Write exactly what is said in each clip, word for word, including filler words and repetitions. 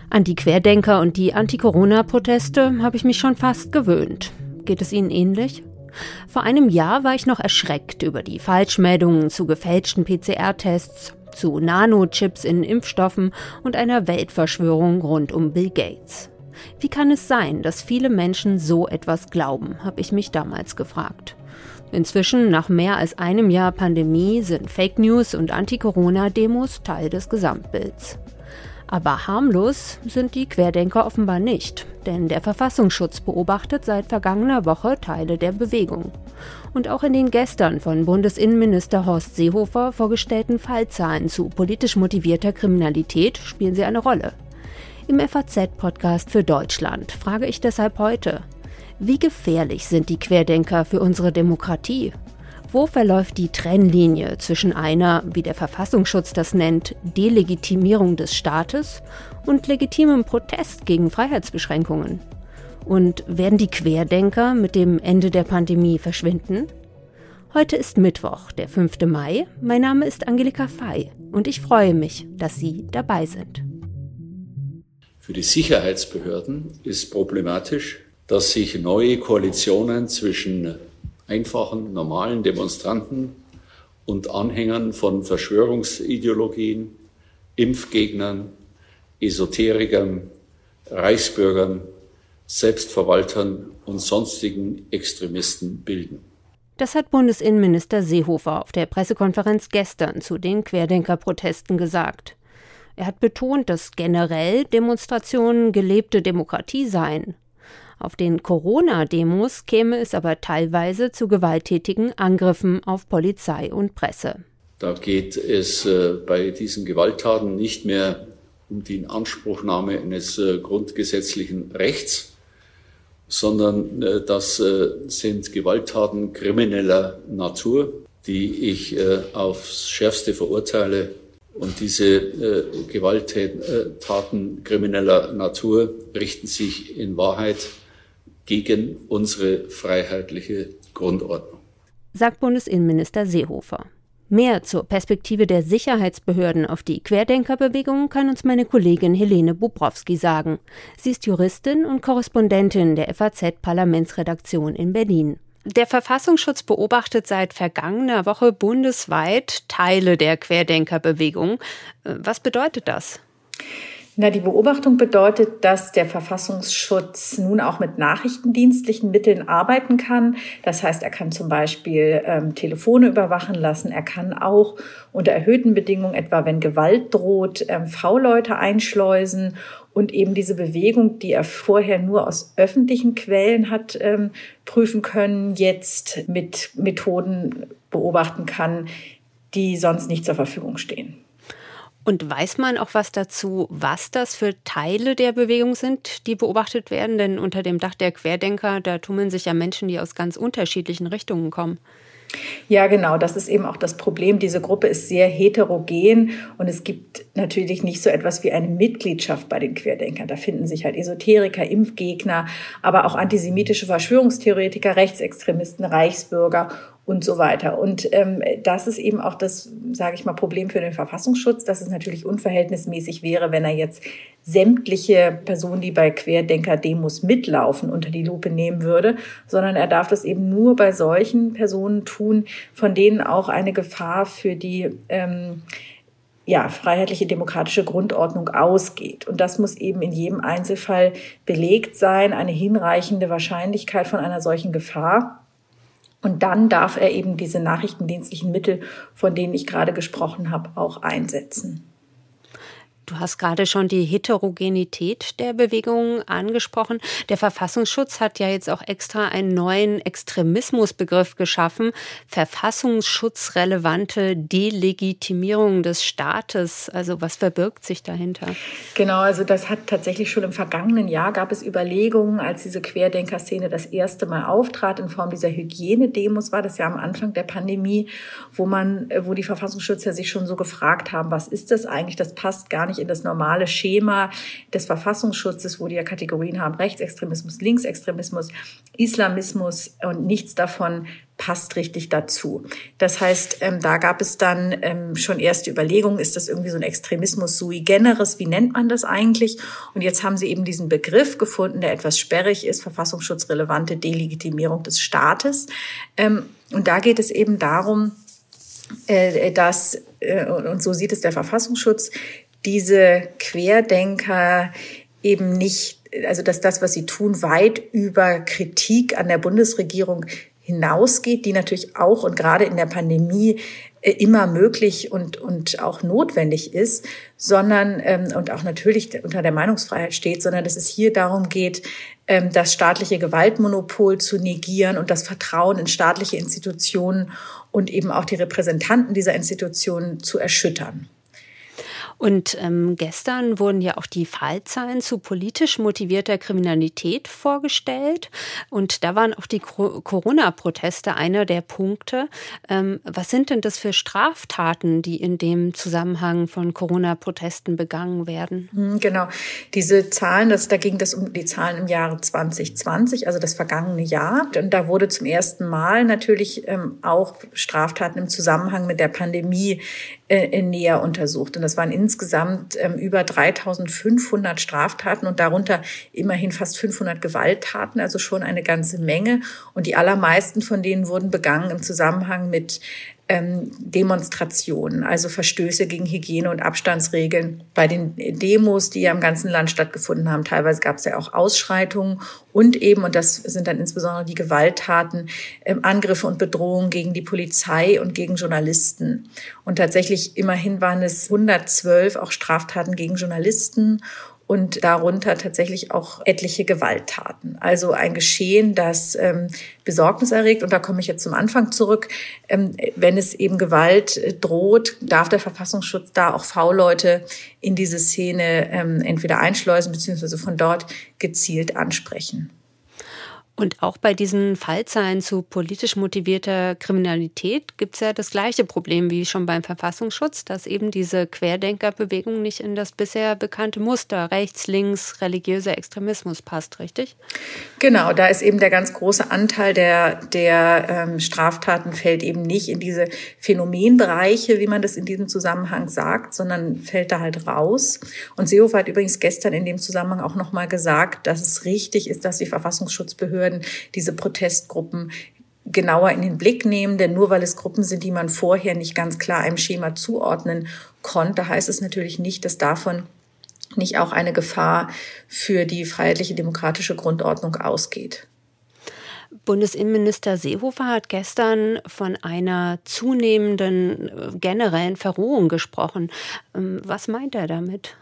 An die Querdenker und die Anti-Corona-Proteste habe ich mich schon fast gewöhnt. Geht es Ihnen ähnlich? Vor einem Jahr war ich noch erschreckt über die Falschmeldungen zu gefälschten P C R-Tests, zu Nanochips in Impfstoffen und einer Weltverschwörung rund um Bill Gates. Wie kann es sein, dass viele Menschen so etwas glauben, habe ich mich damals gefragt. Inzwischen, nach mehr als einem Jahr Pandemie, sind Fake News und Anti-Corona-Demos Teil des Gesamtbilds. Aber harmlos sind die Querdenker offenbar nicht, denn der Verfassungsschutz beobachtet seit vergangener Woche Teile der Bewegung. Und auch in den gestern von Bundesinnenminister Horst Seehofer vorgestellten Fallzahlen zu politisch motivierter Kriminalität spielen sie eine Rolle. Im F A Z-Podcast für Deutschland frage ich deshalb heute: Wie gefährlich sind die Querdenker für unsere Demokratie? Wo verläuft die Trennlinie zwischen einer, wie der Verfassungsschutz das nennt, Delegitimierung des Staates und legitimem Protest gegen Freiheitsbeschränkungen? Und werden die Querdenker mit dem Ende der Pandemie verschwinden? Heute ist Mittwoch, der fünfte Mai. Mein Name ist Angelika Fey und ich freue mich, dass Sie dabei sind. Für die Sicherheitsbehörden ist problematisch, dass sich neue Koalitionen zwischen einfachen, normalen Demonstranten und Anhängern von Verschwörungsideologien, Impfgegnern, Esoterikern, Reichsbürgern, Selbstverwaltern und sonstigen Extremisten bilden. Das hat Bundesinnenminister Seehofer auf der Pressekonferenz gestern zu den Querdenker-Protesten gesagt. Er hat betont, dass generell Demonstrationen gelebte Demokratie seien. Auf den Corona-Demos käme es aber teilweise zu gewalttätigen Angriffen auf Polizei und Presse. Da geht es äh, bei diesen Gewalttaten nicht mehr um die Inanspruchnahme eines äh, grundgesetzlichen Rechts, sondern äh, das äh, sind Gewalttaten krimineller Natur, die ich äh, aufs Schärfste verurteile. Und diese äh, Gewalttaten krimineller Natur richten sich in Wahrheit gegen unsere freiheitliche Grundordnung, sagt Bundesinnenminister Seehofer. Mehr zur Perspektive der Sicherheitsbehörden auf die Querdenkerbewegung kann uns meine Kollegin Helene Bobrowski sagen. Sie ist Juristin und Korrespondentin der F A Z-Parlamentsredaktion in Berlin. Der Verfassungsschutz beobachtet seit vergangener Woche bundesweit Teile der Querdenkerbewegung. Was bedeutet das? Na, die Beobachtung bedeutet, dass der Verfassungsschutz nun auch mit nachrichtendienstlichen Mitteln arbeiten kann. Das heißt, er kann zum Beispiel ähm, Telefone überwachen lassen. Er kann auch unter erhöhten Bedingungen, etwa wenn Gewalt droht, ähm, V-Leute einschleusen und eben diese Bewegung, die er vorher nur aus öffentlichen Quellen hat ähm, prüfen können, jetzt mit Methoden beobachten kann, die sonst nicht zur Verfügung stehen. Und weiß man auch was dazu, was das für Teile der Bewegung sind, die beobachtet werden? Denn unter dem Dach der Querdenker, da tummeln sich ja Menschen, die aus ganz unterschiedlichen Richtungen kommen. Ja, genau. Das ist eben auch das Problem. Diese Gruppe ist sehr heterogen und es gibt natürlich nicht so etwas wie eine Mitgliedschaft bei den Querdenkern. Da finden sich halt Esoteriker, Impfgegner, aber auch antisemitische Verschwörungstheoretiker, Rechtsextremisten, Reichsbürger und so weiter. Und ähm, das ist eben auch das, sage ich mal, Problem für den Verfassungsschutz, dass es natürlich unverhältnismäßig wäre, wenn er jetzt sämtliche Personen, die bei Querdenker-Demos mitlaufen, unter die Lupe nehmen würde, sondern er darf das eben nur bei solchen Personen tun, von denen auch eine Gefahr für die ähm, ja, freiheitliche demokratische Grundordnung ausgeht. Und das muss eben in jedem Einzelfall belegt sein, eine hinreichende Wahrscheinlichkeit von einer solchen Gefahr. Und dann darf er eben diese nachrichtendienstlichen Mittel, von denen ich gerade gesprochen habe, auch einsetzen. Du hast gerade schon die Heterogenität der Bewegung angesprochen. Der Verfassungsschutz hat ja jetzt auch extra einen neuen Extremismusbegriff geschaffen. Verfassungsschutzrelevante Delegitimierung des Staates. Also was verbirgt sich dahinter? Genau, also das hat tatsächlich schon im vergangenen Jahr gab es Überlegungen, als diese Querdenker-Szene das erste Mal auftrat in Form dieser Hygienedemos, war das ja am Anfang der Pandemie, wo man, wo die Verfassungsschützer sich schon so gefragt haben, was ist das eigentlich? Das passt gar nicht nicht in das normale Schema des Verfassungsschutzes, wo die ja Kategorien haben, Rechtsextremismus, Linksextremismus, Islamismus, und nichts davon passt richtig dazu. Das heißt, ähm, da gab es dann ähm, schon erste Überlegungen, ist das irgendwie so ein Extremismus sui generis, wie nennt man das eigentlich? Und jetzt haben sie eben diesen Begriff gefunden, der etwas sperrig ist, verfassungsschutzrelevante Delegitimierung des Staates. Ähm, und da geht es eben darum, äh, dass, äh, und so sieht es der Verfassungsschutz, diese Querdenker eben nicht, also dass das, was sie tun, weit über Kritik an der Bundesregierung hinausgeht, die natürlich auch und gerade in der Pandemie äh, immer möglich und und auch notwendig ist, sondern ähm, und auch natürlich unter der Meinungsfreiheit steht, sondern dass es hier darum geht, ähm, das staatliche Gewaltmonopol zu negieren und das Vertrauen in staatliche Institutionen und eben auch die Repräsentanten dieser Institutionen zu erschüttern. Und ähm, gestern wurden ja auch die Fallzahlen zu politisch motivierter Kriminalität vorgestellt. Und da waren auch die Cor- Corona-Proteste einer der Punkte. Ähm, was sind denn das für Straftaten, die in dem Zusammenhang von Corona-Protesten begangen werden? Genau. Diese Zahlen, das, da ging es um die Zahlen im Jahre zwanzig zwanzig, also das vergangene Jahr. Und da wurde zum ersten Mal natürlich ähm, auch Straftaten im Zusammenhang mit der Pandemie äh, näher untersucht. Und das waren insgesamt ähm, über dreitausendfünfhundert Straftaten und darunter immerhin fast fünfhundert Gewalttaten, also schon eine ganze Menge. Und die allermeisten von denen wurden begangen im Zusammenhang mit ähm, Demonstrationen, also Verstöße gegen Hygiene- und Abstandsregeln. Bei den Demos, die ja im ganzen Land stattgefunden haben, teilweise gab es ja auch Ausschreitungen und eben, und das sind dann insbesondere die Gewalttaten, ähm, Angriffe und Bedrohungen gegen die Polizei und gegen Journalisten. Und tatsächlich immerhin waren es hundertzwölf auch Straftaten gegen Journalisten und darunter tatsächlich auch etliche Gewalttaten. Also ein Geschehen, das ähm, Besorgnis erregt. Und da komme ich jetzt zum Anfang zurück. Ähm, wenn es eben Gewalt äh, droht, darf der Verfassungsschutz da auch V-Leute in diese Szene ähm, entweder einschleusen beziehungsweise von dort gezielt ansprechen. Und auch bei diesen Fallzahlen zu politisch motivierter Kriminalität gibt es ja das gleiche Problem wie schon beim Verfassungsschutz, dass eben diese Querdenkerbewegung nicht in das bisher bekannte Muster rechts, links, religiöser Extremismus passt, richtig? Genau, da ist eben der ganz große Anteil der, der ähm, Straftaten fällt eben nicht in diese Phänomenbereiche, wie man das in diesem Zusammenhang sagt, sondern fällt da halt raus. Und Seehofer hat übrigens gestern in dem Zusammenhang auch nochmal gesagt, dass es richtig ist, dass die Verfassungsschutzbehörden diese Protestgruppen genauer in den Blick nehmen, denn nur weil es Gruppen sind, die man vorher nicht ganz klar einem Schema zuordnen konnte, heißt es natürlich nicht, dass davon nicht auch eine Gefahr für die freiheitliche demokratische Grundordnung ausgeht. Bundesinnenminister Seehofer hat gestern von einer zunehmenden generellen Verrohung gesprochen. Was meint er damit?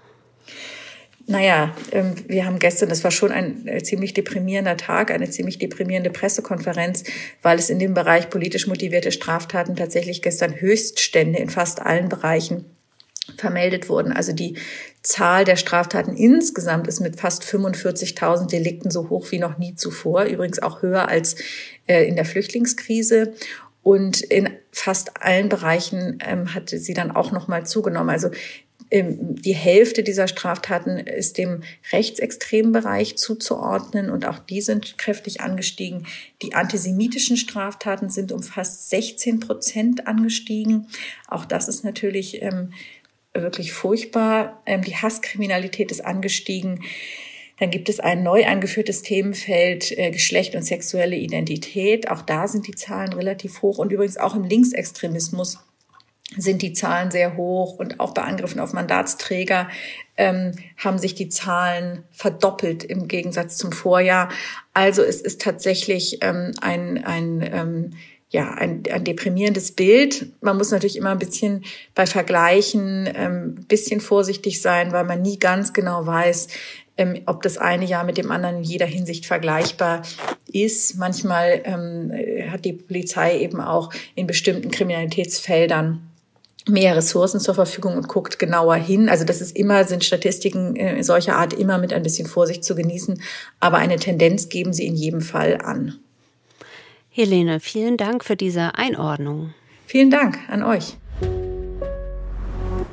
Naja, wir haben gestern, das war schon ein ziemlich deprimierender Tag, eine ziemlich deprimierende Pressekonferenz, weil es in dem Bereich politisch motivierte Straftaten tatsächlich gestern Höchststände in fast allen Bereichen vermeldet wurden. Also die Zahl der Straftaten insgesamt ist mit fast fünfundvierzigtausend Delikten so hoch wie noch nie zuvor, übrigens auch höher als in der Flüchtlingskrise. Und in fast allen Bereichen hat sie dann auch noch mal zugenommen. Also die Hälfte dieser Straftaten ist dem rechtsextremen Bereich zuzuordnen und auch die sind kräftig angestiegen. Die antisemitischen Straftaten sind um fast sechzehn Prozent angestiegen. Auch das ist natürlich ähm, wirklich furchtbar. Ähm, die Hasskriminalität ist angestiegen. Dann gibt es ein neu eingeführtes Themenfeld äh, Geschlecht und sexuelle Identität. Auch da sind die Zahlen relativ hoch und übrigens auch im Linksextremismus sind die Zahlen sehr hoch und auch bei Angriffen auf Mandatsträger ähm, haben sich die Zahlen verdoppelt im Gegensatz zum Vorjahr. Also es ist tatsächlich ähm, ein ein ähm, ja ein, ein deprimierendes Bild. Man muss natürlich immer ein bisschen bei Vergleichen ähm, bisschen vorsichtig sein, weil man nie ganz genau weiß, ähm, ob das eine Jahr mit dem anderen in jeder Hinsicht vergleichbar ist. Manchmal ähm, hat die Polizei eben auch in bestimmten Kriminalitätsfeldern mehr Ressourcen zur Verfügung und guckt genauer hin. Also das ist immer, sind Statistiken äh, solcher Art immer mit ein bisschen Vorsicht zu genießen. Aber eine Tendenz geben sie in jedem Fall an. Helene, vielen Dank für diese Einordnung. Vielen Dank an euch.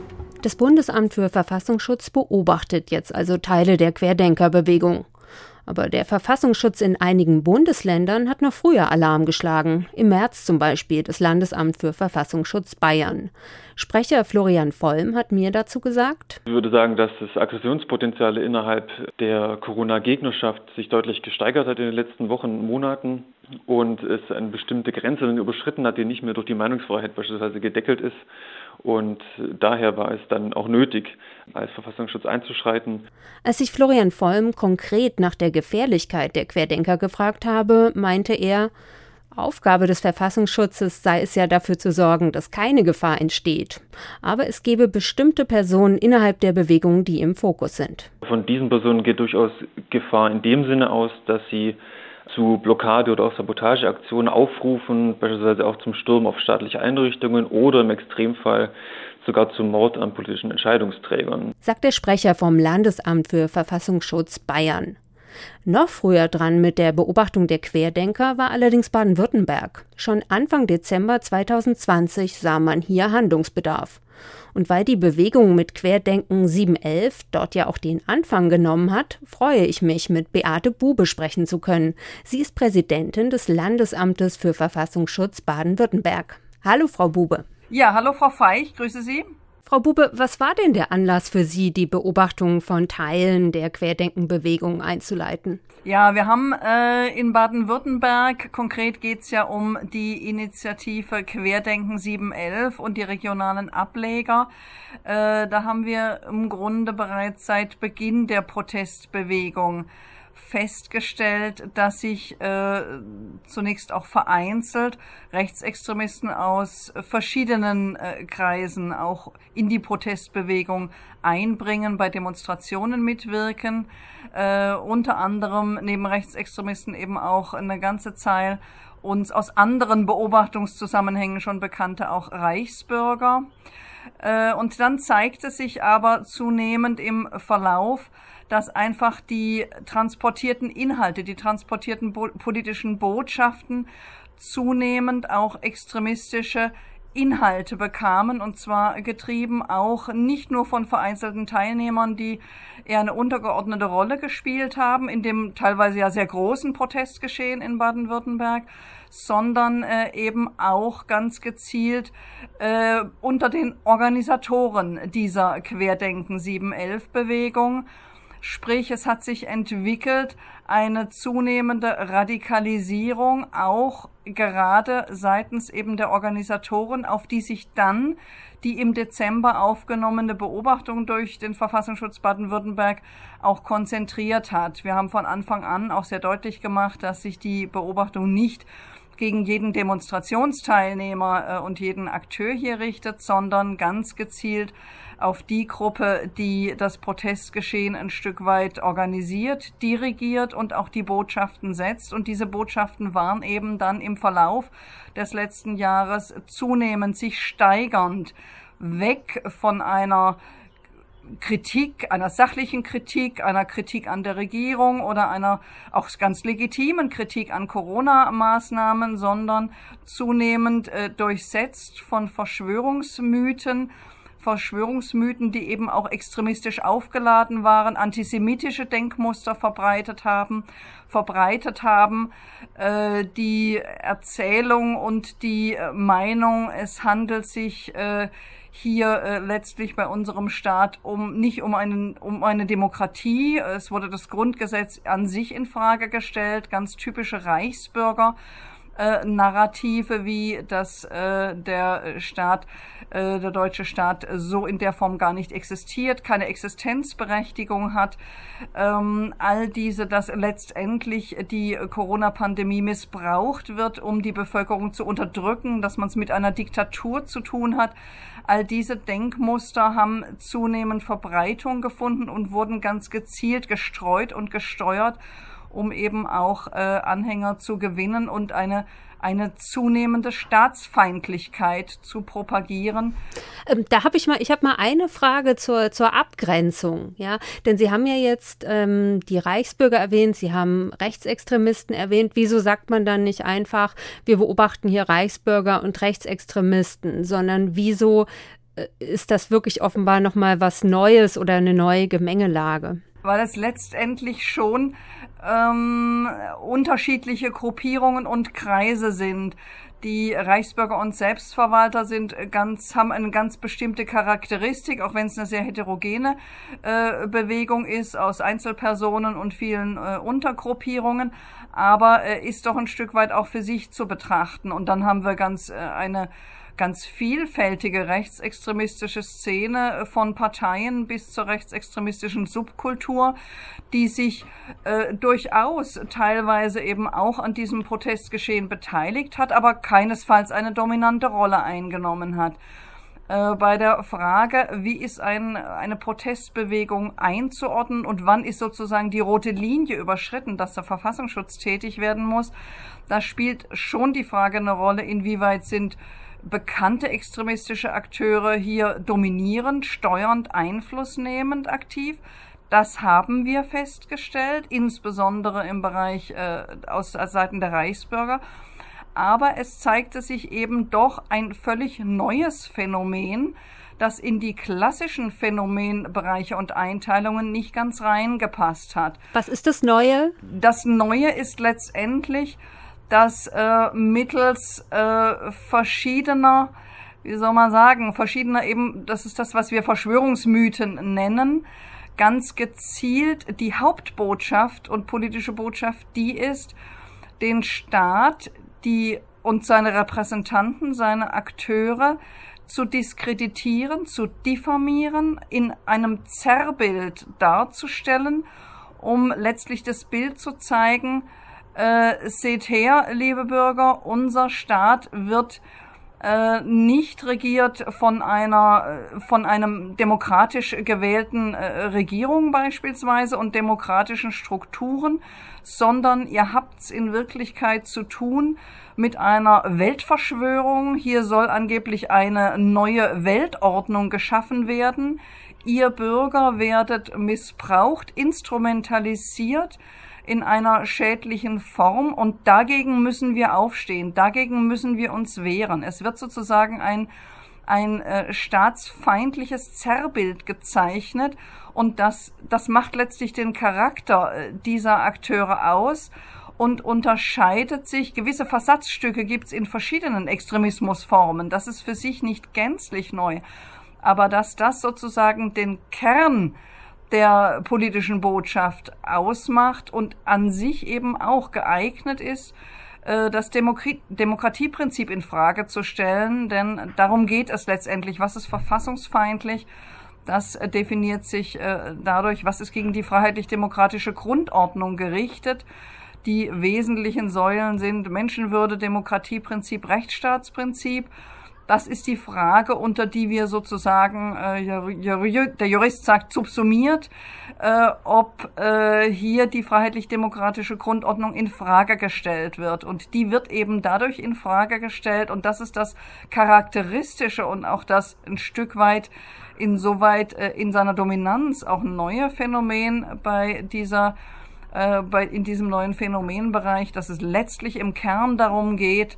Das Bundesamt für Verfassungsschutz beobachtet jetzt also Teile der Querdenkerbewegung. Aber der Verfassungsschutz in einigen Bundesländern hat noch früher Alarm geschlagen. Im März zum Beispiel das Landesamt für Verfassungsschutz Bayern. Sprecher Florian Vollm hat mir dazu gesagt: Ich würde sagen, dass das Aggressionspotenzial innerhalb der Corona-Gegnerschaft sich deutlich gesteigert hat in den letzten Wochen und Monaten und es eine bestimmte Grenze überschritten hat, die nicht mehr durch die Meinungsfreiheit beispielsweise gedeckelt ist. Und daher war es dann auch nötig, als Verfassungsschutz einzuschreiten. Als ich Florian Vollm konkret nach der Gefährlichkeit der Querdenker gefragt habe, meinte er, Aufgabe des Verfassungsschutzes sei es ja dafür zu sorgen, dass keine Gefahr entsteht. Aber es gebe bestimmte Personen innerhalb der Bewegung, die im Fokus sind. Von diesen Personen geht durchaus Gefahr in dem Sinne aus, dass sie zu Blockade- oder auch Sabotageaktionen aufrufen, beispielsweise auch zum Sturm auf staatliche Einrichtungen oder im Extremfall sogar zum Mord an politischen Entscheidungsträgern. Sagt der Sprecher vom Landesamt für Verfassungsschutz Bayern. Noch früher dran mit der Beobachtung der Querdenker war allerdings Baden-Württemberg. Schon Anfang Dezember zweitausendzwanzig sah man hier Handlungsbedarf. Und weil die Bewegung mit Querdenken sieben elf dort ja auch den Anfang genommen hat, freue ich mich, mit Beate Bube sprechen zu können. Sie ist Präsidentin des Landesamtes für Verfassungsschutz Baden-Württemberg. Hallo, Frau Bube. Ja, hallo, Frau Feich, grüße Sie. Frau Bube, was war denn der Anlass für Sie, die Beobachtung von Teilen der Querdenkenbewegung einzuleiten? Ja, wir haben äh, in Baden-Württemberg, konkret geht's ja um die Initiative Querdenken sieben elf und die regionalen Ableger. Äh, da haben wir im Grunde bereits seit Beginn der Protestbewegung festgestellt, dass sich äh, zunächst auch vereinzelt Rechtsextremisten aus verschiedenen äh, Kreisen auch in die Protestbewegung einbringen, bei Demonstrationen mitwirken. Äh, unter anderem neben Rechtsextremisten eben auch eine ganze Zahl uns aus anderen Beobachtungszusammenhängen schon bekannte auch Reichsbürger. Äh, und dann zeigte sich aber zunehmend im Verlauf, dass einfach die transportierten Inhalte, die transportierten bo- politischen Botschaften zunehmend auch extremistische Inhalte bekamen, und zwar getrieben auch nicht nur von vereinzelten Teilnehmern, die eher eine untergeordnete Rolle gespielt haben, in dem teilweise ja sehr großen Protestgeschehen in Baden-Württemberg, sondern äh, eben auch ganz gezielt äh, unter den Organisatoren dieser Querdenken sieben elf Bewegung. Sprich, es hat sich entwickelt eine zunehmende Radikalisierung, auch gerade seitens eben der Organisatoren, auf die sich dann die im Dezember aufgenommene Beobachtung durch den Verfassungsschutz Baden-Württemberg auch konzentriert hat. Wir haben von Anfang an auch sehr deutlich gemacht, dass sich die Beobachtung nicht gegen jeden Demonstrationsteilnehmer äh, und jeden Akteur hier richtet, sondern ganz gezielt auf die Gruppe, die das Protestgeschehen ein Stück weit organisiert, dirigiert und auch die Botschaften setzt. Und diese Botschaften waren eben dann im Verlauf des letzten Jahres zunehmend sich steigernd weg von einer Kritik, einer sachlichen Kritik, einer Kritik an der Regierung oder einer auch ganz legitimen Kritik an Corona-Maßnahmen, sondern zunehmend äh, durchsetzt von Verschwörungsmythen, Verschwörungsmythen, die eben auch extremistisch aufgeladen waren, antisemitische Denkmuster verbreitet haben, verbreitet haben, äh, die Erzählung und die Meinung, es handelt sich äh, hier äh, letztlich bei unserem Staat um nicht um einen um eine Demokratie. Es wurde das Grundgesetz an sich in Frage gestellt, ganz typische Reichsbürger. Äh, Narrative, wie dass äh, der Staat, äh, der deutsche Staat so in der Form gar nicht existiert, keine Existenzberechtigung hat. Ähm, all diese, dass letztendlich die Corona-Pandemie missbraucht wird, um die Bevölkerung zu unterdrücken, dass man es mit einer Diktatur zu tun hat. All diese Denkmuster haben zunehmend Verbreitung gefunden und wurden ganz gezielt gestreut und gesteuert, um eben auch äh, Anhänger zu gewinnen und eine eine zunehmende Staatsfeindlichkeit zu propagieren. Ähm, da habe ich mal, ich habe mal eine Frage zur zur Abgrenzung, ja, denn Sie haben ja jetzt ähm, die Reichsbürger erwähnt, Sie haben Rechtsextremisten erwähnt. Wieso sagt man dann nicht einfach, wir beobachten hier Reichsbürger und Rechtsextremisten, sondern wieso ist das wirklich offenbar nochmal was Neues oder eine neue Gemengelage? Weil es letztendlich schon ähm, unterschiedliche Gruppierungen und Kreise sind. Die Reichsbürger und Selbstverwalter sind ganz, haben eine ganz bestimmte Charakteristik, auch wenn es eine sehr heterogene äh, Bewegung ist, aus Einzelpersonen und vielen äh, Untergruppierungen, aber äh, ist doch ein Stück weit auch für sich zu betrachten. Und dann haben wir ganz äh, eine ganz vielfältige rechtsextremistische Szene von Parteien bis zur rechtsextremistischen Subkultur, die sich äh, durchaus teilweise eben auch an diesem Protestgeschehen beteiligt hat, aber keinesfalls eine dominante Rolle eingenommen hat. Äh, bei der Frage, wie ist ein, eine Protestbewegung einzuordnen und wann ist sozusagen die rote Linie überschritten, dass der Verfassungsschutz tätig werden muss, da spielt schon die Frage eine Rolle, inwieweit sind bekannte extremistische Akteure hier dominierend, steuernd, einflussnehmend aktiv. Das haben wir festgestellt, insbesondere im Bereich äh, aus Seiten der Reichsbürger. Aber es zeigte sich eben doch ein völlig neues Phänomen, das in die klassischen Phänomenbereiche und Einteilungen nicht ganz reingepasst hat. Was ist das Neue? Das Neue ist letztendlich, dass äh, mittels äh, verschiedener, wie soll man sagen, verschiedener eben, das ist das, was wir Verschwörungsmythen nennen, ganz gezielt die Hauptbotschaft und politische Botschaft die ist, den Staat die und seine Repräsentanten, seine Akteure zu diskreditieren, zu diffamieren, in einem Zerrbild darzustellen, um letztlich das Bild zu zeigen, Äh, seht her, liebe Bürger, unser Staat wird äh, nicht regiert von einer, von einem demokratisch gewählten äh, Regierung beispielsweise und demokratischen Strukturen, sondern ihr habt's in Wirklichkeit zu tun mit einer Weltverschwörung. Hier soll angeblich eine neue Weltordnung geschaffen werden. Ihr Bürger werdet missbraucht, instrumentalisiert in einer schädlichen Form und dagegen müssen wir aufstehen, dagegen müssen wir uns wehren. Es wird sozusagen ein, ein äh, staatsfeindliches Zerrbild gezeichnet und das, das macht letztlich den Charakter äh, dieser Akteure aus und unterscheidet sich. Gewisse Versatzstücke gibt's in verschiedenen Extremismusformen, das ist für sich nicht gänzlich neu, aber dass das sozusagen den Kern der politischen Botschaft ausmacht und an sich eben auch geeignet ist, das Demokratie- Demokratieprinzip in Frage zu stellen, denn darum geht es letztendlich. Was ist verfassungsfeindlich? Das definiert sich dadurch, was ist gegen die freiheitlich-demokratische Grundordnung gerichtet. Die wesentlichen Säulen sind Menschenwürde, Demokratieprinzip, Rechtsstaatsprinzip. Das ist die Frage, unter die wir sozusagen, äh, der Jurist sagt subsumiert, äh, ob äh, hier die freiheitlich-demokratische Grundordnung in Frage gestellt wird. Und die wird eben dadurch in Frage gestellt. Und das ist das Charakteristische und auch das ein Stück weit insoweit äh, in seiner Dominanz auch ein neues Phänomen bei dieser, äh, bei in diesem neuen Phänomenbereich, dass es letztlich im Kern darum geht,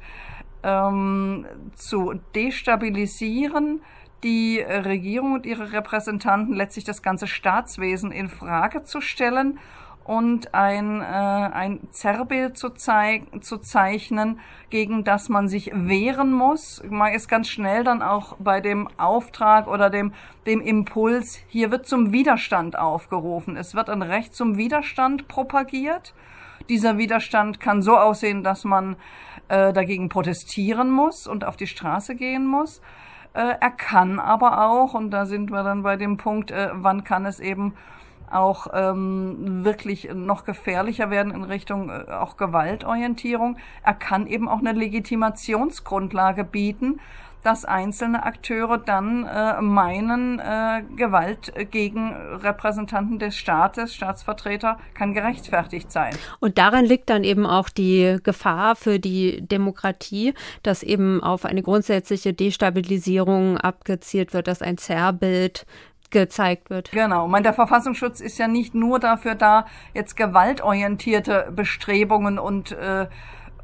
Ähm, zu destabilisieren, die Regierung und ihre Repräsentanten, letztlich das ganze Staatswesen in Frage zu stellen und ein, äh, ein Zerrbild zu, zeig- zu zeichnen, gegen das man sich wehren muss. Man ist ganz schnell dann auch bei dem Auftrag oder dem, dem Impuls, hier wird zum Widerstand aufgerufen. Es wird ein Recht zum Widerstand propagiert. Dieser Widerstand kann so aussehen, dass man äh, dagegen protestieren muss und auf die Straße gehen muss. Äh, er kann aber auch, und da sind wir dann bei dem Punkt, äh, wann kann es eben auch ähm, wirklich noch gefährlicher werden in Richtung äh, auch Gewaltorientierung. Er kann eben auch eine Legitimationsgrundlage bieten, dass einzelne Akteure dann äh, meinen, äh, Gewalt gegen Repräsentanten des Staates, Staatsvertreter, kann gerechtfertigt sein. Und daran liegt dann eben auch die Gefahr für die Demokratie, dass eben auf eine grundsätzliche Destabilisierung abgezielt wird, dass ein Zerrbild gezeigt wird. Genau. Ich meine, der Verfassungsschutz ist ja nicht nur dafür da, jetzt gewaltorientierte Bestrebungen und äh,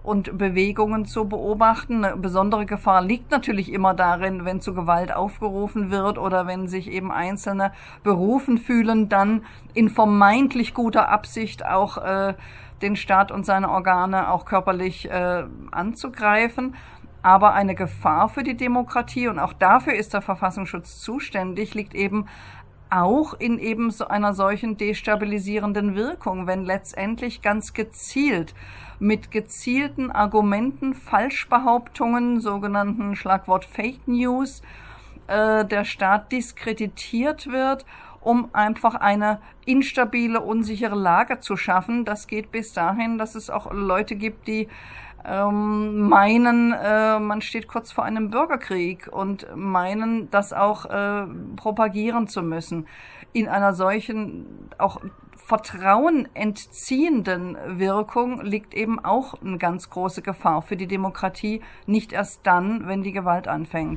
und Bewegungen zu beobachten. Eine besondere Gefahr liegt natürlich immer darin, wenn zu Gewalt aufgerufen wird oder wenn sich eben Einzelne berufen fühlen, dann in vermeintlich guter Absicht auch äh, den Staat und seine Organe auch körperlich äh, anzugreifen. Aber eine Gefahr für die Demokratie, und auch dafür ist der Verfassungsschutz zuständig, liegt eben auch in eben so einer solchen destabilisierenden Wirkung, wenn letztendlich ganz gezielt mit gezielten Argumenten, Falschbehauptungen, sogenannten Schlagwort Fake News, äh, der Staat diskreditiert wird, um einfach eine instabile, unsichere Lage zu schaffen. Das geht bis dahin, dass es auch Leute gibt, die ähm, meinen, äh, man steht kurz vor einem Bürgerkrieg und meinen, das auch äh, propagieren zu müssen. In einer solchen, auch Vertrauen entziehenden Wirkung liegt eben auch eine ganz große Gefahr für die Demokratie, nicht erst dann, wenn die Gewalt anfängt.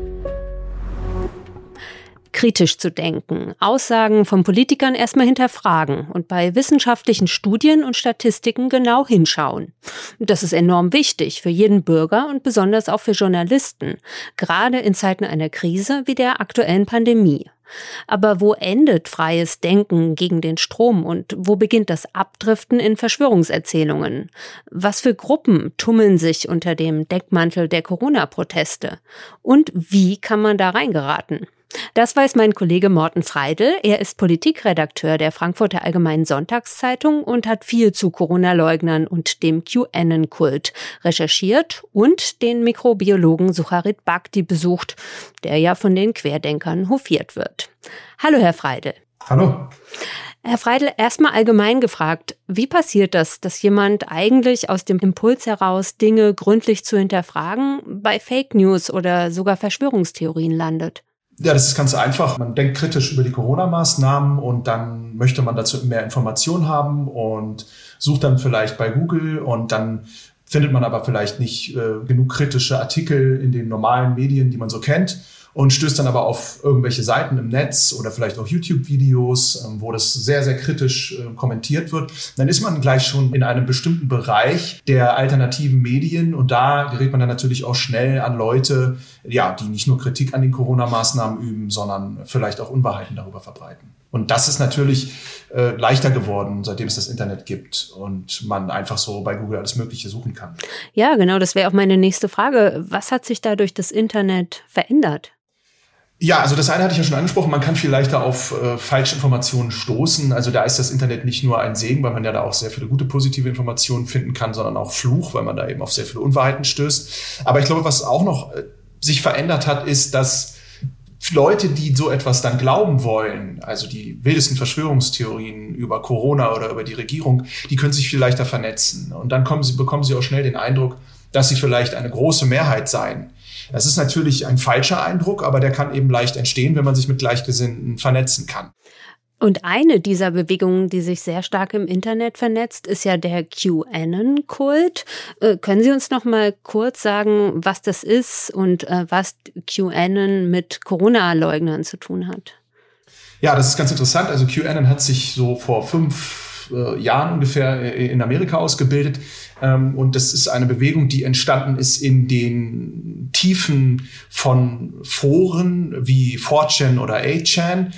Kritisch zu denken, Aussagen von Politikern erstmal hinterfragen und bei wissenschaftlichen Studien und Statistiken genau hinschauen. Das ist enorm wichtig für jeden Bürger und besonders auch für Journalisten, gerade in Zeiten einer Krise wie der aktuellen Pandemie. Aber wo endet freies Denken gegen den Strom und wo beginnt das Abdriften in Verschwörungserzählungen? Was für Gruppen tummeln sich unter dem Deckmantel der Corona-Proteste? Und wie kann man da reingeraten? Das weiß mein Kollege Morten Freidl. Er ist Politikredakteur der Frankfurter Allgemeinen Sonntagszeitung und hat viel zu Corona-Leugnern und dem QAnon-Kult recherchiert und den Mikrobiologen Sucharit Bhakdi besucht, der ja von den Querdenkern hofiert wird. Hallo, Herr Freidl. Hallo. Herr Freidl, erstmal allgemein gefragt, wie passiert das, dass jemand eigentlich aus dem Impuls heraus, Dinge gründlich zu hinterfragen, bei Fake News oder sogar Verschwörungstheorien landet? Ja, das ist ganz einfach. Man denkt kritisch über die Corona-Maßnahmen und dann möchte man dazu mehr Informationen haben und sucht dann vielleicht bei Google und dann findet man aber vielleicht nicht äh, genug kritische Artikel in den normalen Medien, die man so kennt, und stößt dann aber auf irgendwelche Seiten im Netz oder vielleicht auch YouTube-Videos, äh, wo das sehr, sehr kritisch äh, kommentiert wird. Dann ist man gleich schon in einem bestimmten Bereich der alternativen Medien und da gerät man dann natürlich auch schnell an Leute, ja, die nicht nur Kritik an den Corona-Maßnahmen üben, sondern vielleicht auch Unwahrheiten darüber verbreiten. Und das ist natürlich äh, leichter geworden, seitdem es das Internet gibt und man einfach so bei Google alles Mögliche suchen kann. Ja, genau, das wäre auch meine nächste Frage. Was hat sich da durch das Internet verändert? Ja, also das eine hatte ich ja schon angesprochen, man kann viel leichter auf äh, falsche Informationen stoßen. Also da ist das Internet nicht nur ein Segen, weil man ja da auch sehr viele gute positive Informationen finden kann, sondern auch Fluch, weil man da eben auf sehr viele Unwahrheiten stößt. Aber ich glaube, was auch noch äh, sich verändert hat, ist, dass Leute, die so etwas dann glauben wollen, also die wildesten Verschwörungstheorien über Corona oder über die Regierung, die können sich viel leichter vernetzen. Und dann kommen sie, bekommen sie auch schnell den Eindruck, dass sie vielleicht eine große Mehrheit seien. Das ist natürlich ein falscher Eindruck, aber der kann eben leicht entstehen, wenn man sich mit Gleichgesinnten vernetzen kann. Und eine dieser Bewegungen, die sich sehr stark im Internet vernetzt, ist ja der QAnon-Kult. Äh, können Sie uns noch mal kurz sagen, was das ist und äh, was QAnon mit Corona-Leugnern zu tun hat? Ja, das ist ganz interessant. Also QAnon hat sich so vor fünf äh, Jahren ungefähr in Amerika ausgebildet. Ähm, und das ist eine Bewegung, die entstanden ist in den Tiefen von Foren wie four chan oder eight chan.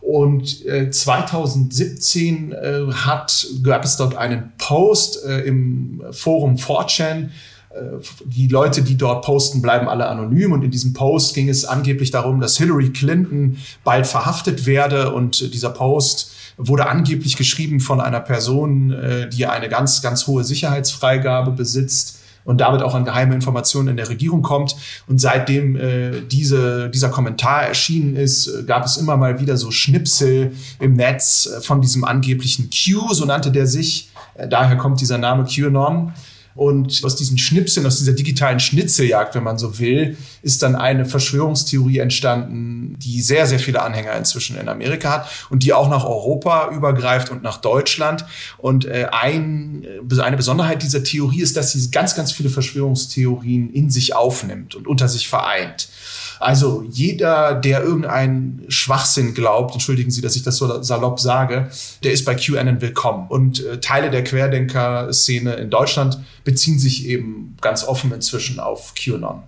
Und äh, zwanzig siebzehn äh, hat, gab es dort einen Post äh, im Forum four chan. Äh, die Leute, die dort posten, bleiben alle anonym. Und in diesem Post ging es angeblich darum, dass Hillary Clinton bald verhaftet werde. Und äh, dieser Post wurde angeblich geschrieben von einer Person, äh, die eine ganz, ganz hohe Sicherheitsfreigabe besitzt und damit auch an geheime Informationen in der Regierung kommt. Und seitdem äh, diese, dieser Kommentar erschienen ist, äh, gab es immer mal wieder so Schnipsel im Netz äh, von diesem angeblichen Q, so nannte der sich. Äh, daher kommt dieser Name QAnon. Und aus diesen Schnipseln, aus dieser digitalen Schnitzeljagd, wenn man so will, ist dann eine Verschwörungstheorie entstanden, die sehr, sehr viele Anhänger inzwischen in Amerika hat und die auch nach Europa übergreift und nach Deutschland. Und äh, ein, eine Besonderheit dieser Theorie ist, dass sie ganz, ganz viele Verschwörungstheorien in sich aufnimmt und unter sich vereint. Also jeder, der irgendeinen Schwachsinn glaubt, entschuldigen Sie, dass ich das so salopp sage, der ist bei QAnon willkommen. Und äh, Teile der Querdenker-Szene in Deutschland beziehen sich eben ganz offen inzwischen auf QAnon.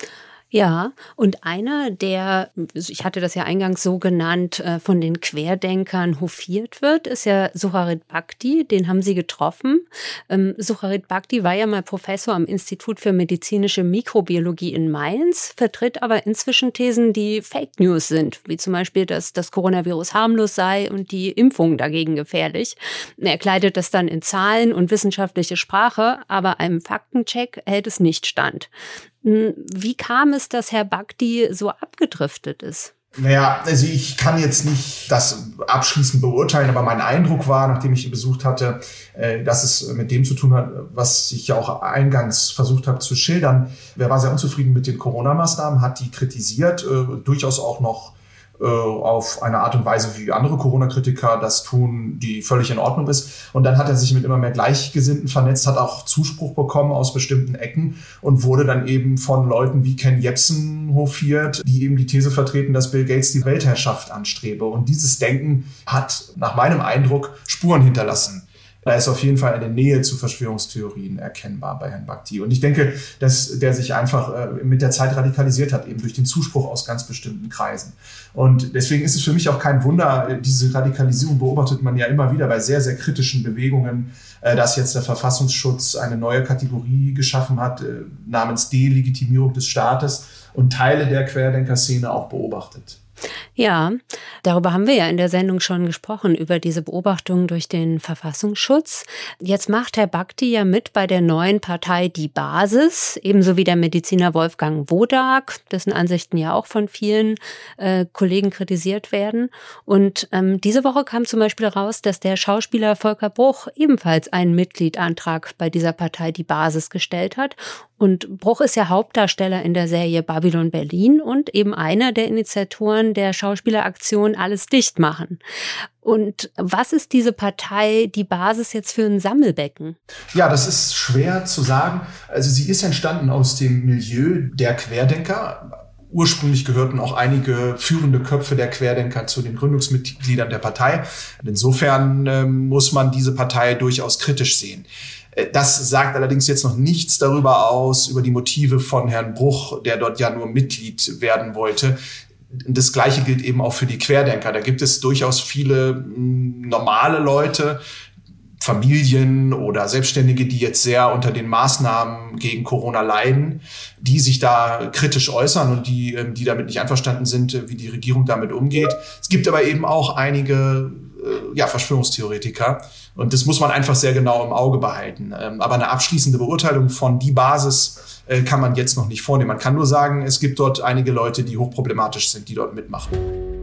Ja, und einer, der, ich hatte das ja eingangs so genannt, von den Querdenkern hofiert wird, ist ja Sucharit Bhakdi. Den haben Sie getroffen. Ähm, Sucharit Bhakdi war ja mal Professor am Institut für medizinische Mikrobiologie in Mainz, vertritt aber inzwischen Thesen, die Fake News sind, wie zum Beispiel, dass das Coronavirus harmlos sei und die Impfung dagegen gefährlich. Er kleidet das dann in Zahlen und wissenschaftliche Sprache, aber einem Faktencheck hält es nicht stand. Wie kam es, dass Herr Bhakdi so abgedriftet ist? Naja, also ich kann jetzt nicht das abschließend beurteilen, aber mein Eindruck war, nachdem ich ihn besucht hatte, dass es mit dem zu tun hat, was ich ja auch eingangs versucht habe zu schildern. Er war sehr unzufrieden mit den Corona-Maßnahmen, hat die kritisiert, durchaus auch noch auf eine Art und Weise, wie andere Corona-Kritiker das tun, die völlig in Ordnung ist. Und dann hat er sich mit immer mehr Gleichgesinnten vernetzt, hat auch Zuspruch bekommen aus bestimmten Ecken und wurde dann eben von Leuten wie Ken Jebsen hofiert, die eben die These vertreten, dass Bill Gates die Weltherrschaft anstrebe. Und dieses Denken hat nach meinem Eindruck Spuren hinterlassen. Da ist auf jeden Fall eine Nähe zu Verschwörungstheorien erkennbar bei Herrn Bhakdi. Und ich denke, dass der sich einfach äh, mit der Zeit radikalisiert hat, eben durch den Zuspruch aus ganz bestimmten Kreisen. Und deswegen ist es für mich auch kein Wunder, diese Radikalisierung beobachtet man ja immer wieder bei sehr, sehr kritischen Bewegungen, äh, dass jetzt der Verfassungsschutz eine neue Kategorie geschaffen hat, äh, namens Delegitimierung des Staates und Teile der Querdenker-Szene auch beobachtet. Ja, darüber haben wir ja in der Sendung schon gesprochen, über diese Beobachtung durch den Verfassungsschutz. Jetzt macht Herr Bhakdi ja mit bei der neuen Partei Die Basis, ebenso wie der Mediziner Wolfgang Wodak, dessen Ansichten ja auch von vielen äh, Kollegen kritisiert werden. Und ähm, diese Woche kam zum Beispiel raus, dass der Schauspieler Volker Bruch ebenfalls einen Mitgliedantrag bei dieser Partei Die Basis gestellt hat. Und Bruch ist ja Hauptdarsteller in der Serie Babylon Berlin und eben einer der Initiatoren der Schauspieleraktion Alles dicht machen. Und was ist diese Partei Die Basis jetzt für ein Sammelbecken? Ja, das ist schwer zu sagen. Also sie ist entstanden aus dem Milieu der Querdenker. Ursprünglich gehörten auch einige führende Köpfe der Querdenker zu den Gründungsmitgliedern der Partei. Insofern äh, muss man diese Partei durchaus kritisch sehen. Das sagt allerdings jetzt noch nichts darüber aus, über die Motive von Herrn Bruch, der dort ja nur Mitglied werden wollte. Das Gleiche gilt eben auch für die Querdenker. Da gibt es durchaus viele mh, normale Leute, Familien oder Selbstständige, die jetzt sehr unter den Maßnahmen gegen Corona leiden, die sich da kritisch äußern und die, die damit nicht einverstanden sind, wie die Regierung damit umgeht. Es gibt aber eben auch einige äh, ja, Verschwörungstheoretiker. Und das muss man einfach sehr genau im Auge behalten. Aber eine abschließende Beurteilung von Die Basis kann man jetzt noch nicht vornehmen. Man kann nur sagen, es gibt dort einige Leute, die hochproblematisch sind, die dort mitmachen.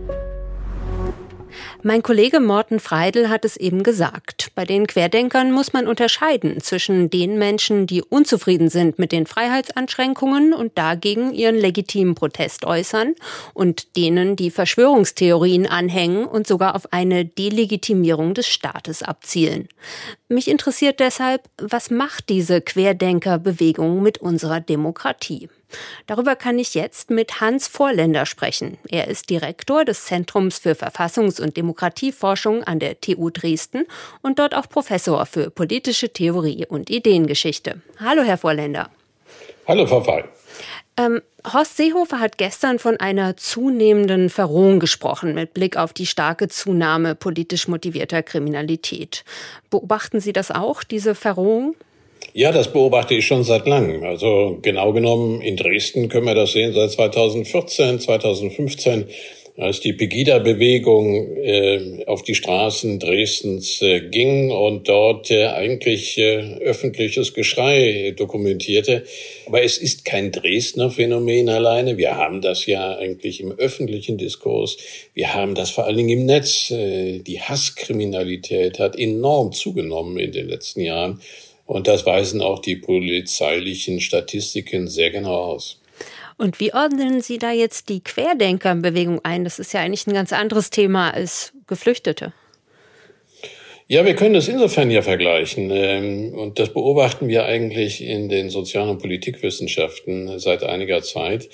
Mein Kollege Morten Freidl hat es eben gesagt. Bei den Querdenkern muss man unterscheiden zwischen den Menschen, die unzufrieden sind mit den Freiheitsanschränkungen und dagegen ihren legitimen Protest äußern, und denen, die Verschwörungstheorien anhängen und sogar auf eine Delegitimierung des Staates abzielen. Mich interessiert deshalb, was macht diese Querdenkerbewegung mit unserer Demokratie? Darüber kann ich jetzt mit Hans Vorländer sprechen. Er ist Direktor des Zentrums für Verfassungs- und Demokratieforschung an der T U Dresden und dort auch Professor für politische Theorie und Ideengeschichte. Hallo, Herr Vorländer. Hallo, Frau Fall. Ähm, Horst Seehofer hat gestern von einer zunehmenden Verrohung gesprochen mit Blick auf die starke Zunahme politisch motivierter Kriminalität. Beobachten Sie das auch, diese Verrohung? Ja, das beobachte ich schon seit langem. Also genau genommen in Dresden können wir das sehen seit zweitausendvierzehn, zweitausendfünfzehn, als die Pegida-Bewegung äh, auf die Straßen Dresdens äh, ging und dort äh, eigentlich äh, öffentliches Geschrei dokumentierte. Aber es ist kein Dresdner Phänomen alleine. Wir haben das ja eigentlich im öffentlichen Diskurs. Wir haben das vor allen Dingen im Netz. Äh, die Hasskriminalität hat enorm zugenommen in den letzten Jahren. Und das weisen auch die polizeilichen Statistiken sehr genau aus. Und wie ordnen Sie da jetzt die Querdenkerbewegung ein? Das ist ja eigentlich ein ganz anderes Thema als Geflüchtete. Ja, wir können das insofern ja vergleichen. Und das beobachten wir eigentlich in den Sozial- und Politikwissenschaften seit einiger Zeit.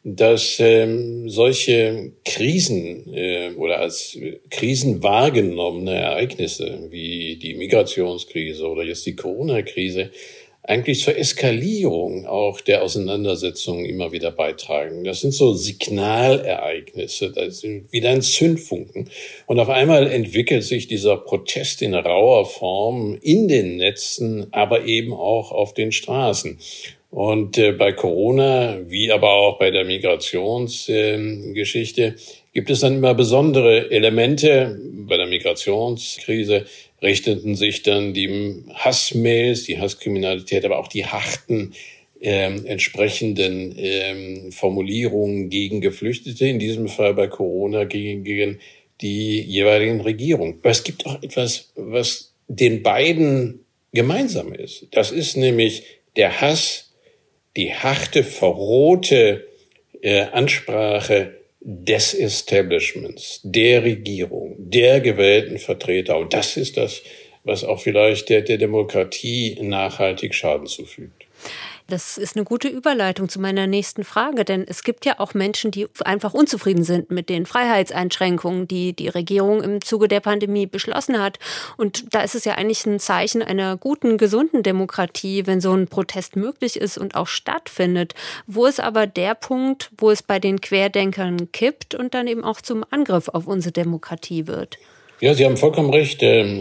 dass ähm, solche Krisen äh, oder als Krisen wahrgenommene Ereignisse wie die Migrationskrise oder jetzt die Corona-Krise eigentlich zur Eskalierung auch der Auseinandersetzungen immer wieder beitragen. Das sind so Signalereignisse, das sind wieder ein Zündfunken. Und auf einmal entwickelt sich dieser Protest in rauer Form in den Netzen, aber eben auch auf den Straßen. Und äh, bei Corona, wie aber auch bei der Migrationsgeschichte, äh, gibt es dann immer besondere Elemente. Bei der Migrationskrise richteten sich dann die Hassmails, die Hasskriminalität, aber auch die harten äh, entsprechenden äh, Formulierungen gegen Geflüchtete, in diesem Fall bei Corona gegen, gegen die jeweiligen Regierungen. Aber es gibt auch etwas, was den beiden gemeinsam ist. Das ist nämlich der Hass, die harte, verrohte äh, Ansprache des Establishments, der Regierung, der gewählten Vertreter. Und das ist das, was auch vielleicht der, der Demokratie nachhaltig Schaden zufügt. Das ist eine gute Überleitung zu meiner nächsten Frage, denn es gibt ja auch Menschen, die einfach unzufrieden sind mit den Freiheitseinschränkungen, die die Regierung im Zuge der Pandemie beschlossen hat. Und da ist es ja eigentlich ein Zeichen einer guten, gesunden Demokratie, wenn so ein Protest möglich ist und auch stattfindet. Wo ist aber der Punkt, wo es bei den Querdenkern kippt und dann eben auch zum Angriff auf unsere Demokratie wird? Ja, Sie haben vollkommen recht.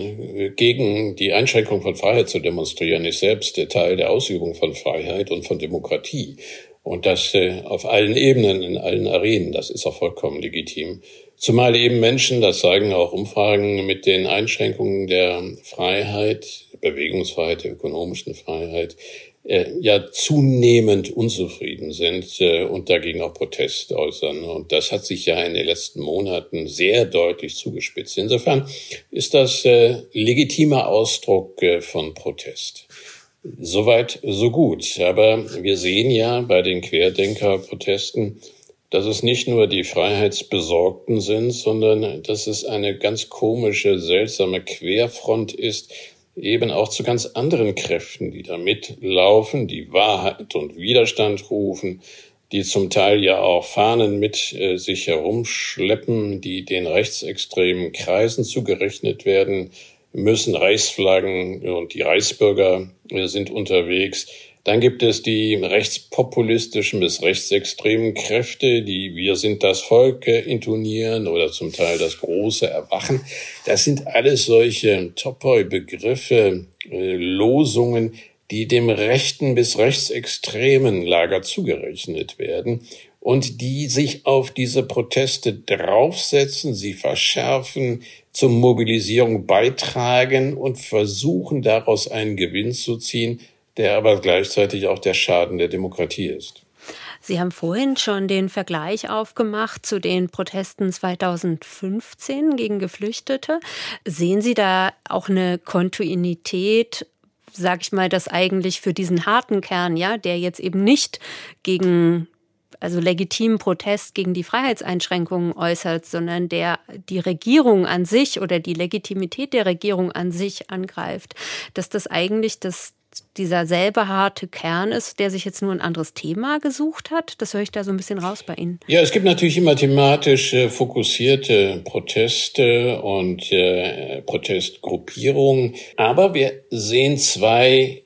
Gegen die Einschränkung von Freiheit zu demonstrieren, ist selbst Teil der Ausübung von Freiheit und von Demokratie. Und das auf allen Ebenen, in allen Arenen, das ist auch vollkommen legitim. Zumal eben Menschen, das zeigen auch Umfragen, mit den Einschränkungen der Freiheit, Bewegungsfreiheit, der ökonomischen Freiheit, äh, ja zunehmend unzufrieden sind äh, und dagegen auch Protest äußern. Und das hat sich ja in den letzten Monaten sehr deutlich zugespitzt. Insofern ist das äh, legitimer Ausdruck äh, von Protest. Soweit, so gut. Aber wir sehen ja bei den Querdenker-Protesten, dass es nicht nur die Freiheitsbesorgten sind, sondern dass es eine ganz komische, seltsame Querfront ist, eben auch zu ganz anderen Kräften, die da mitlaufen, die Wahrheit und Widerstand rufen, die zum Teil ja auch Fahnen mit äh, sich herumschleppen, die den rechtsextremen Kreisen zugerechnet werden müssen. Reichsflaggen und die Reichsbürger äh, sind unterwegs. Dann gibt es die rechtspopulistischen bis rechtsextremen Kräfte, die Wir sind das Volk intonieren oder zum Teil das große Erwachen. Das sind alles solche Topoi-Begriffe, äh, Losungen, die dem rechten bis rechtsextremen Lager zugerechnet werden und die sich auf diese Proteste draufsetzen, sie verschärfen, zur Mobilisierung beitragen und versuchen, daraus einen Gewinn zu ziehen, der aber gleichzeitig auch der Schaden der Demokratie ist. Sie haben vorhin schon den Vergleich aufgemacht zu den Protesten zweitausendfünfzehn gegen Geflüchtete. Sehen Sie da auch eine Kontinuität, sag ich mal, dass eigentlich für diesen harten Kern, ja, der jetzt eben nicht gegen also legitimen Protest gegen die Freiheitseinschränkungen äußert, sondern der die Regierung an sich oder die Legitimität der Regierung an sich angreift, dass das eigentlich das dieser selbe harte Kern ist, der sich jetzt nur ein anderes Thema gesucht hat? Das höre ich da so ein bisschen raus bei Ihnen. Ja, es gibt natürlich immer thematisch äh, fokussierte Proteste und äh, Protestgruppierungen. Aber wir sehen zwei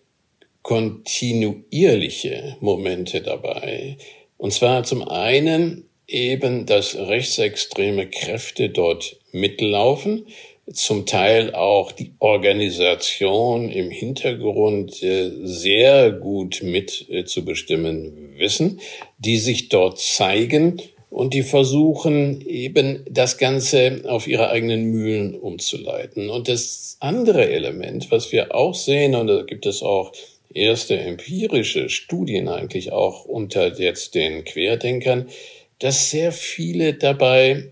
kontinuierliche Momente dabei. Und zwar zum einen eben, dass rechtsextreme Kräfte dort mitlaufen, zum Teil auch die Organisation im Hintergrund äh, sehr gut mit äh, zu bestimmen wissen, die sich dort zeigen und die versuchen eben das Ganze auf ihre eigenen Mühlen umzuleiten. Und das andere Element, was wir auch sehen, und da gibt es auch erste empirische Studien eigentlich auch unter jetzt den Querdenkern, dass sehr viele dabei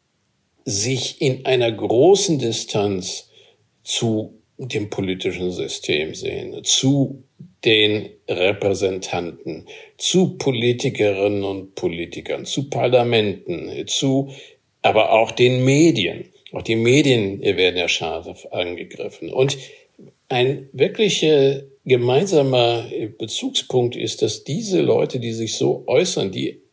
sich in einer großen Distanz zu dem politischen System sehen, zu den Repräsentanten, zu Politikerinnen und Politikern, zu Parlamenten, zu aber auch den Medien. Auch die Medien werden ja scharf angegriffen. Und ein wirklicher gemeinsamer Bezugspunkt ist, dass diese Leute, die sich so äußern, die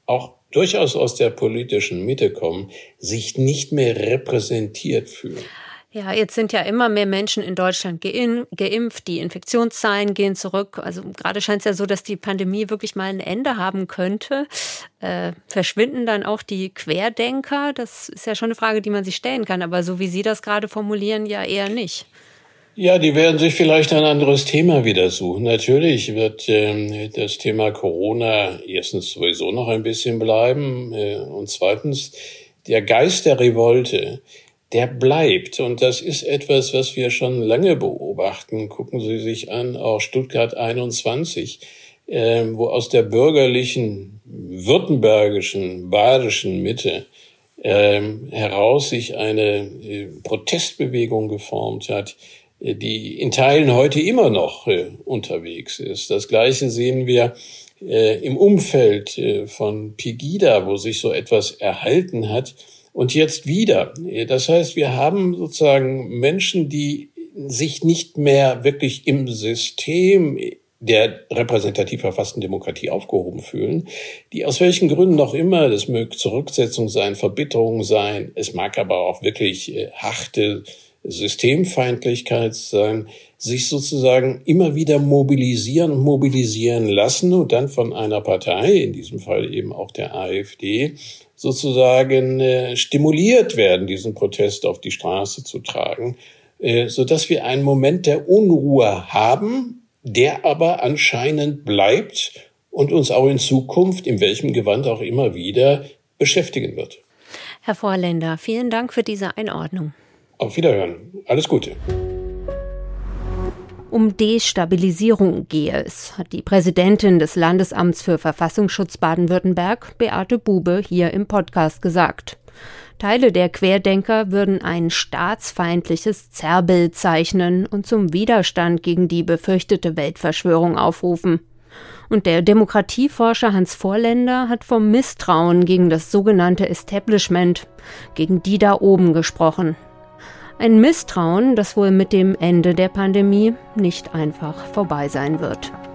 auch durchaus aus der politischen Mitte kommen, sich nicht mehr repräsentiert fühlen. Ja, jetzt sind ja immer mehr Menschen in Deutschland geimpft, die Infektionszahlen gehen zurück. Also gerade scheint es ja so, dass die Pandemie wirklich mal ein Ende haben könnte. Äh, verschwinden dann auch die Querdenker? Das ist ja schon eine Frage, die man sich stellen kann. Aber so wie Sie das gerade formulieren, ja eher nicht. Ja, die werden sich vielleicht ein anderes Thema wieder suchen. Natürlich wird äh, das Thema Corona erstens sowieso noch ein bisschen bleiben äh, und zweitens der Geist der Revolte, der bleibt. Und das ist etwas, was wir schon lange beobachten. Gucken Sie sich an, auch Stuttgart einundzwanzig, äh, wo aus der bürgerlichen, württembergischen, badischen Mitte äh, heraus sich eine äh, Protestbewegung geformt hat, die in Teilen heute immer noch äh, unterwegs ist. Das Gleiche sehen wir äh, im Umfeld äh, von Pegida, wo sich so etwas erhalten hat und jetzt wieder. Das heißt, wir haben sozusagen Menschen, die sich nicht mehr wirklich im System der repräsentativ verfassten Demokratie aufgehoben fühlen, die aus welchen Gründen auch immer, das möge Zurücksetzung sein, Verbitterung sein, es mag aber auch wirklich äh, harte Systemfeindlichkeit sein, sich sozusagen immer wieder mobilisieren und mobilisieren lassen und dann von einer Partei, in diesem Fall eben auch der AfD, sozusagen äh, stimuliert werden, diesen Protest auf die Straße zu tragen, äh, sodass wir einen Moment der Unruhe haben, der aber anscheinend bleibt und uns auch in Zukunft, in welchem Gewand auch immer wieder, beschäftigen wird. Herr Vorländer, vielen Dank für diese Einordnung. Auf Wiederhören. Alles Gute. Um Destabilisierung gehe es, hat die Präsidentin des Landesamts für Verfassungsschutz Baden-Württemberg, Beate Bube, hier im Podcast gesagt. Teile der Querdenker würden ein staatsfeindliches Zerrbild zeichnen und zum Widerstand gegen die befürchtete Weltverschwörung aufrufen. Und der Demokratieforscher Hans Vorländer hat vom Misstrauen gegen das sogenannte Establishment, gegen die da oben gesprochen. Ein Misstrauen, das wohl mit dem Ende der Pandemie nicht einfach vorbei sein wird.